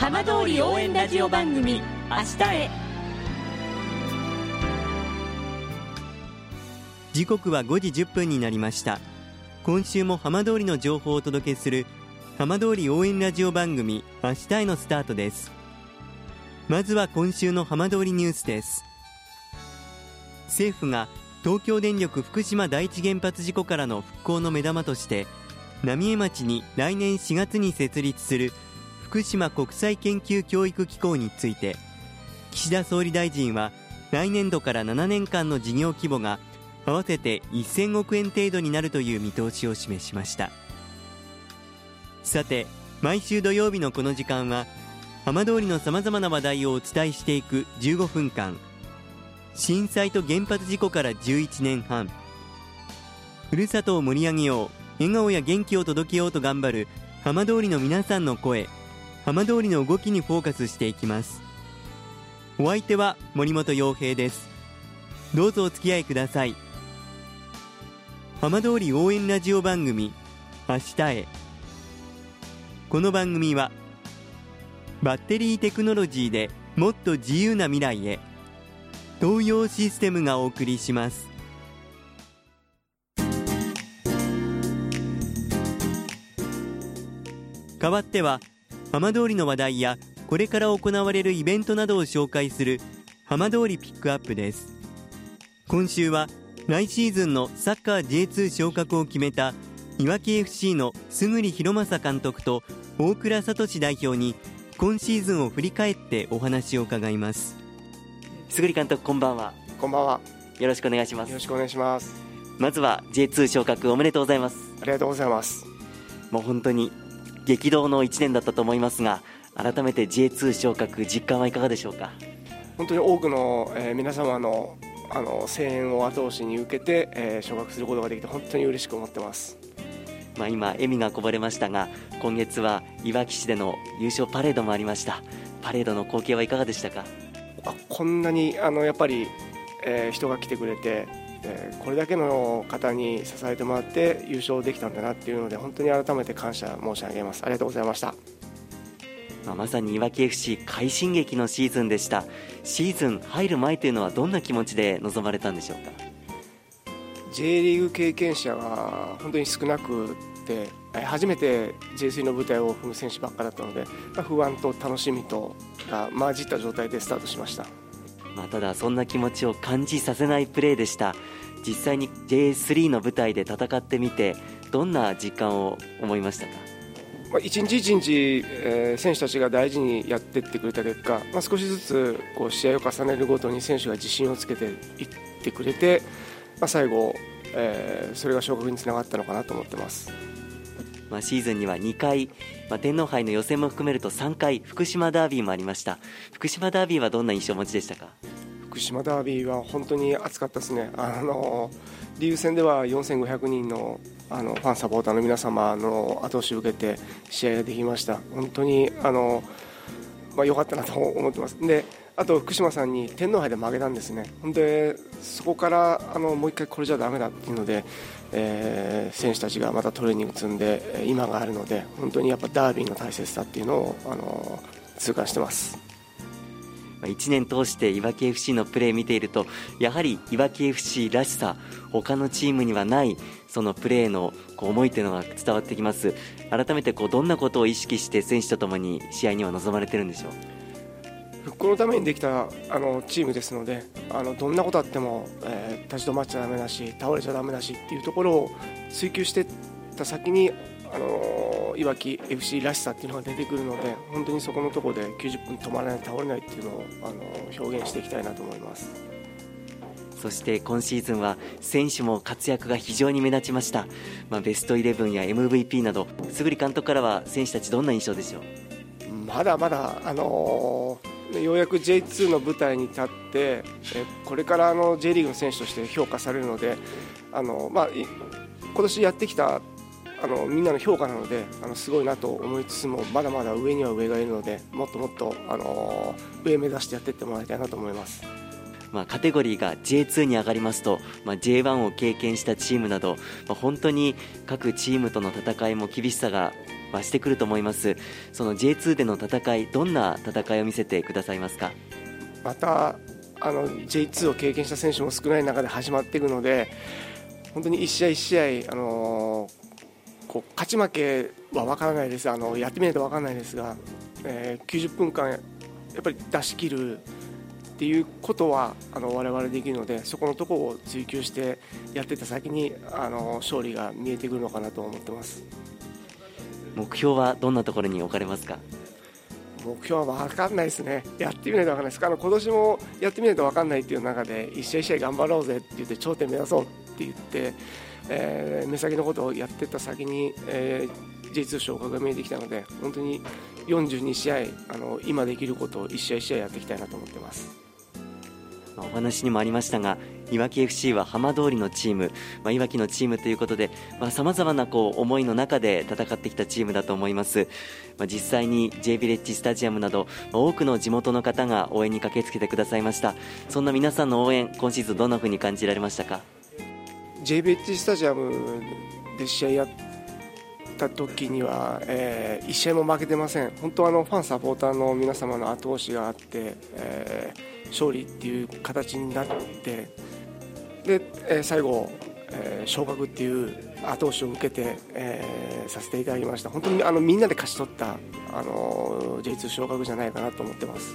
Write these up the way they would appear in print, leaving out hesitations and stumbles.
浜通り応援ラジオ番組明日へ。 時刻は5時10分になりました。今週も浜通りの情報をお届けする浜通り応援ラジオ番組明日へのスタートです。まずは今週の浜通りニュースです。政府が東京電力福島第一原発事故からの復興の目玉として浪江町に来年4月に設立する福島国際研究教育機構について、岸田総理大臣は来年度から7年間の事業規模が合わせて1000億円程度になるという見通しを示しました。さて、毎週土曜日のこの時間は浜通りのさまざまな話題をお伝えしていく15分間、震災と原発事故から11年半、ふるさとを盛り上げよう、笑顔や元気を届けようと頑張る浜通りの皆さんの声、浜通りの動きにフォーカスしていきます。お相手は森本洋平です。どうぞお付き合いください。浜通り応援ラジオ番組明日へ。この番組はバッテリーテクノロジーでもっと自由な未来へ、東洋システムがお送りします。代わっては浜通りの話題やこれから行われるイベントなどを紹介する浜通りピックアップです。今週は来シーズンのサッカー J2 昇格を決めたいわき FC の菅栗博正監督と大倉聡代表に今シーズンを振り返ってお話を伺います。菅栗監督、こんばんは。 こんばんは。 よろしくお願いします。 よろしくお願いします。 まずは J2 昇格おめでとうございます。 ありがとうございます。 もう本当に激動の1年だったと思いますが、改めて J2 昇格実感はいかがでしょうか。 本当に多くの、皆様の声援を後押しに受けて、昇格することができて本当に嬉しく思ってます。 今笑みがこぼれましたが、今月はいわき市での優勝パレードもありました。パレードの光景はいかがでしたか。 こんなにやっぱり、人が来てくれて、これだけの方に支えてもらって優勝できたんだなっていうので、本当に改めて感謝申し上げます。ありがとうございました。 まさにいわき FC 快進撃のシーズンでした。シーズン入る前というのはどんな気持ちで臨まれたんでしょうか。 J リーグ経験者が本当に少なくて、初めて J3 の舞台を踏む選手ばっかだったので、不安と楽しみとが混じった状態でスタートしました。 ただそんな気持ちを感じさせないプレーでした。実際に J3 の舞台で戦ってみてどんな実感を思いましたか。 一日一日、選手たちが大事にやっていってくれた結果、少しずつ試合を重ねるごとに選手が自信をつけていってくれて、最後、それが昇格につながったのかなと思ってます。 シーズンには2回、天皇杯の予選も含めると3回福島ダービーもありました。福島ダービーはどんな印象をお持ちでしたか。 福島ダービーは本当に熱かったですね。リーグ戦では4500人のファンサポーターの皆様の後押しを受けて試合ができました。本当に良かったなと思ってます。で、あと福島さんに天皇杯で負けたんですね。でそこからもう一回これじゃダメだっていうので、選手たちがまたトレーニング積んで今があるので、本当にやっぱダービーの大切さっていうのを痛感してます。 1年通していわき FC のプレー見ていると、やはりいわき FC らしさ、他のチームにはないそのプレーの思いというのが伝わってきます。改めてどんなことを意識して選手とともに試合には臨まれてるんでしょう。 復興のためにできたチームですので、どんなことあっても、立ち止まっちゃダメだし倒れちゃダメだしっていうところを追求していった先にいわき FC らしさっていうのが出てくるので、本当にそこのところで90分止まらない、倒れないっていうのを表現していきたいなと思います。 そして今シーズンは選手も活躍が非常に目立ちました。ベストイレブンや MVP など、菅栗監督からは選手たちどんな印象でしょう。 まだまだようやく J2 の舞台に立って、これから J リーグの選手として評価されるので、今年やってきたみんなの評価なので、すごいなと思いつつも、まだまだ上には上がいるので、もっともっと上目指してやっていってもらいたいなと思います。 カテゴリーが J2 に上がりますと、J1 を経験したチームなど、本当に各チームとの戦いも厳しさが増してくると思います。その J2 での戦い、どんな戦いを見せてくださいますか？ またJ2 を経験した選手も少ない中で始まっていくので、本当に一試合一試合、こう勝ち負けは分からないです。やってみないと分からないですが、90分間やっぱり出し切るっていうことは我々できるので、そこのところを追求してやっていった先に勝利が見えてくるのかなと思ってます。 目標はどんなところに置かれますか？ 目標は分かんないですね。やってみないと分かんないです。今年もやってみないと分かんないっていう中で、一試合一試合頑張ろうぜって言って頂点目指そうって言って、目先のことをやっていった先に、J2 昇格が見えてきたので、本当に42試合今できることを一試合一試合やっていきたいなと思ってます。 お話にもありましたが、いわき FC は浜通りのチーム、いわきのチームということで、さまざまな思いの中で戦ってきたチームだと思います。実際に J ヴィレッジスタジアムなど多くの地元の方が応援に駆けつけてくださいました。そんな皆さんの応援、今シーズンどんな風に感じられましたか？ J ヴィレッジスタジアムで試合やった時には、1試合も負けてません。本当ファンサポーターの皆様の後押しがあって、勝利っていう形になって、で、最後、昇格っていう後押しを受けて、させていただきました。本当にみんなで勝ち取った、J2 昇格じゃないかなと思ってます。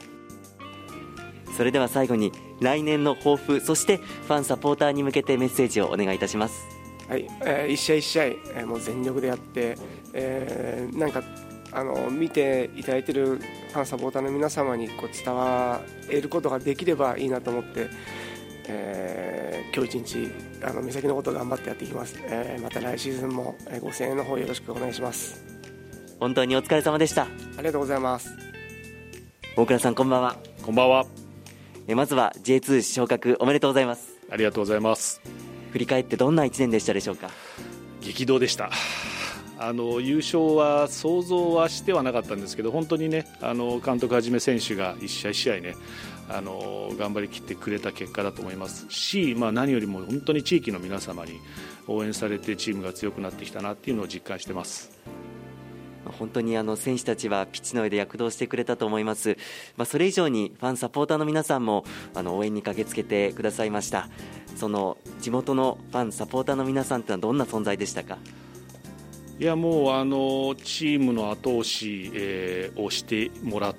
それでは最後に来年の抱負、そしてファンサポーターに向けてメッセージをお願いいたします。 はい、一試合一試合、もう全力でやって、なんか見ていただいているファンサポーターの皆様に伝わることができればいいなと思って、今日一日目先のことを頑張ってやっていきます。また来シーズンもご声援の方よろしくお願いします。 本当にお疲れ様でした。 ありがとうございます。 大倉さん、こんばんは。 こんばんは。 まずは J2 昇格おめでとうございます。 ありがとうございます。 振り返ってどんな1年でしたでしょうか？ 激動でした。優勝は想像はしてはなかったんですけど、本当にね、監督はじめ選手が一試合一試合ね、頑張りきってくれた結果だと思いますし、何よりも本当に地域の皆様に応援されてチームが強くなってきたなっていうのを実感してます。 本当に選手たちはピッチの上で躍動してくれたと思います。それ以上にファンサポーターの皆さんも応援に駆けつけてくださいました。その地元のファンサポーターの皆さんってのはどんな存在でしたか？ いや、もうチームの後押し、をしてもらった。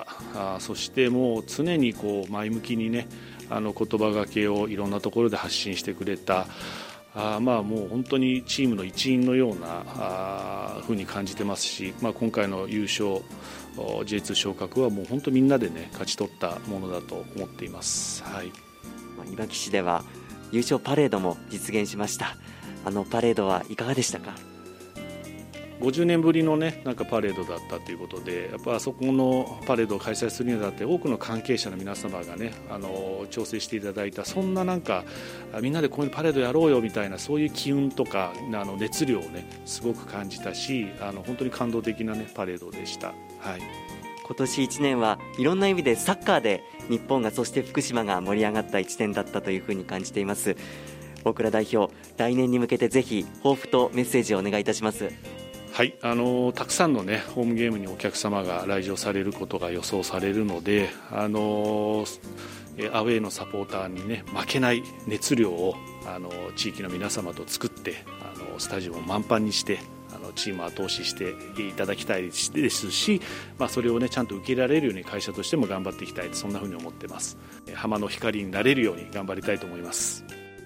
そしてもう常に前向きにね、言葉がけをいろんなところで発信してくれた。もう本当にチームの一員のような風に感じてますし、今回の優勝 J2 昇格はもう本当みんなでね勝ち取ったものだと思っています。はい。 いわき市では優勝パレードも実現しました。パレードはいかがでしたか ？50年ぶりのね、なんかパレードだったということで、やっぱあそこのパレードを開催するにあたって多くの関係者の皆様がね、調整していただいた、そんななんかみんなでこういうパレードやろうよみたいな、そういう機運とか熱量をねすごく感じたし、本当に感動的なねパレードでした。はい。 今年1年はいろんな意味でサッカーで日本が、そして福島が盛り上がった1年だったというふうに感じています。大倉代表、来年に向けてぜひ抱負とメッセージをお願いいたします。 はい、たくさんのねホームゲームにお客様が来場されることが予想されるので、アウェーのサポーターにね負けない熱量を地域の皆様と作って、スタジアムを満帆にしてチームを後押ししていただきたいですし、それをねちゃんと受け入れられるように会社としても頑張っていきたい、そんなふうに思ってます。浜の光になれるように頑張りたいと思います。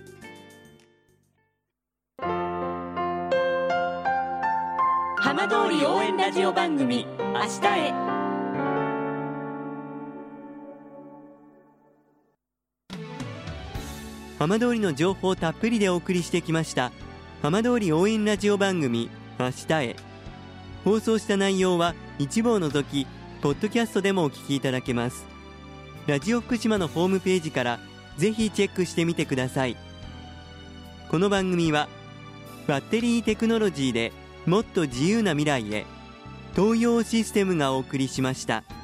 浜通り応援ラジオ番組明日へ。 浜通りの情報をたっぷりでお送りしてきました浜通り応援ラジオ番組明日へ。放送した内容は一部を除きポッドキャストでもお聞きいただけます。ラジオ福島のホームページからぜひチェックしてみてください。この番組はバッテリーテクノロジーでもっと自由な未来へ、東洋システムがお送りしました。